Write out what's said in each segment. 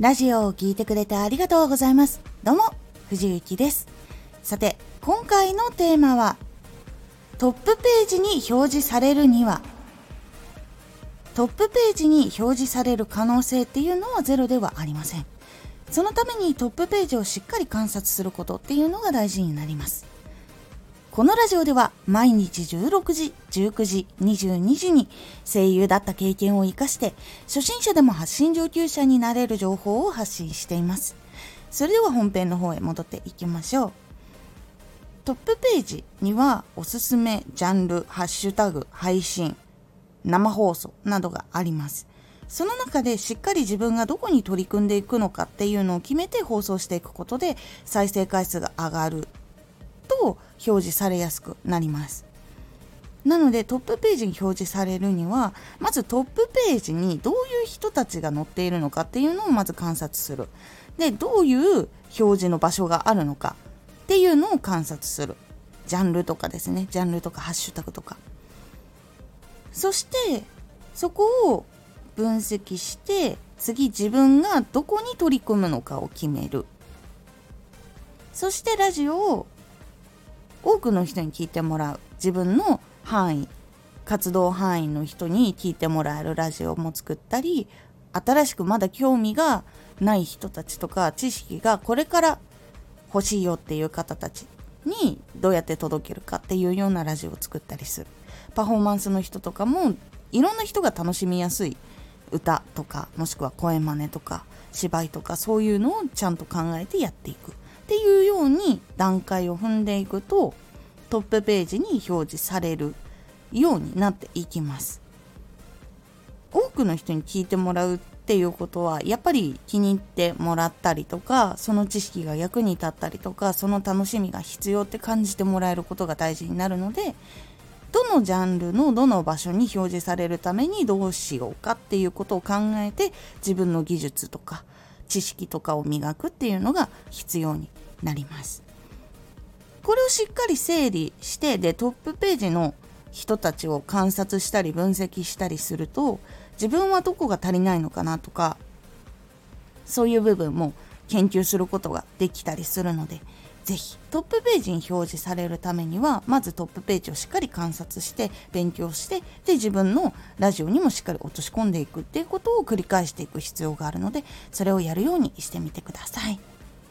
ラジオを聞いてくれてありがとうございます。どうも、藤幸です。さて、今回のテーマは、トップページに表示されるには、トップページに表示される可能性っていうのはゼロではありません。そのためにトップページをしっかり観察することっていうのが大事になります。このラジオでは毎日16時、19時、22時に声優だった経験を生かして初心者でも発信上級者になれる情報を発信しています。それでは本編の方へ戻っていきましょう。トップページにはおすすめ、ジャンル、ハッシュタグ、配信、生放送などがあります。その中でしっかり自分がどこに取り組んでいくのかっていうのを決めて放送していくことで再生回数が上がると表示されやすくなります。なのでトップページに表示されるにはまずトップページにどういう人たちが載っているのかっていうのをまず観察する。で、どういう表示の場所があるのかっていうのを観察する。ジャンルとかですね、ジャンルとかハッシュタグとか。そしてそこを分析して次自分がどこに取り組むのかを決める。そしてラジオを多くの人に聞いてもらう。自分の範囲、活動範囲の人に聞いてもらえるラジオも作ったり、新しくまだ興味がない人たちとか知識がこれから欲しいよっていう方たちにどうやって届けるかっていうようなラジオを作ったりする。パフォーマンスの人とかもいろんな人が楽しみやすい歌とかもしくは声真似とか芝居とかそういうのをちゃんと考えてやっていくっていうように段階を踏んでいくとトップページに表示されるようになっていきます。多くの人に聞いてもらうっていうことはやっぱり気に入ってもらったりとか、その知識が役に立ったりとか、その楽しみが必要って感じてもらえることが大事になるので、どのジャンルのどの場所に表示されるためにどうしようかっていうことを考えて自分の技術とか知識とかを磨くっていうのが必要になります。これをしっかり整理してでトップページの人たちを観察したり分析したりすると自分はどこが足りないのかなとかそういう部分も研究することができたりするので、ぜひトップページに表示されるためにはまずトップページをしっかり観察して勉強してで自分のラジオにもしっかり落とし込んでいくっていうことを繰り返していく必要があるので、それをやるようにしてみてください。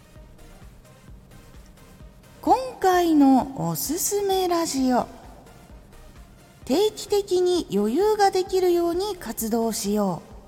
今回のおすすめラジオ、定期的に余裕ができるように活動しよう。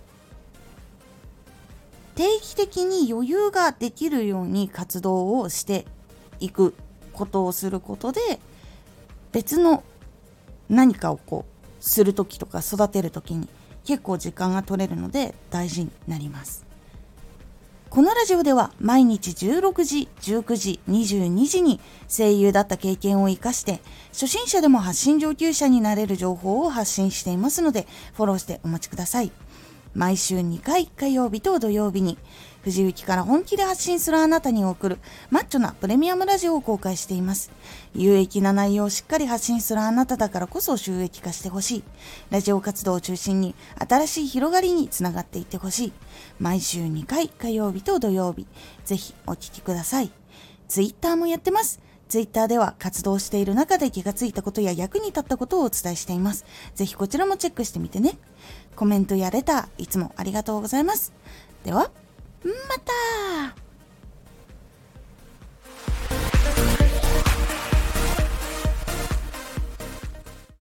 定期的に余裕ができるように活動をしていくことをすることで別の何かをするときとか育てるときに結構時間が取れるので大事になります。このラジオでは毎日16時、19時、22時に声優だった経験を生かして初心者でも発信上級者になれる情報を発信していますのでフォローしてお待ちください。毎週2回火曜日と土曜日に藤雪から本気で発信するあなたに送るマッチョなプレミアムラジオを公開しています。有益な内容をしっかり発信するあなただからこそ収益化してほしい。ラジオ活動を中心に新しい広がりにつながっていってほしい。毎週2回火曜日と土曜日、ぜひお聞きください。ツイッターもやってます。ツイッターでは活動している中で気がついたことや役に立ったことをお伝えしています。ぜひこちらもチェックしてみてね。コメントやレターいつもありがとうございます。では、また。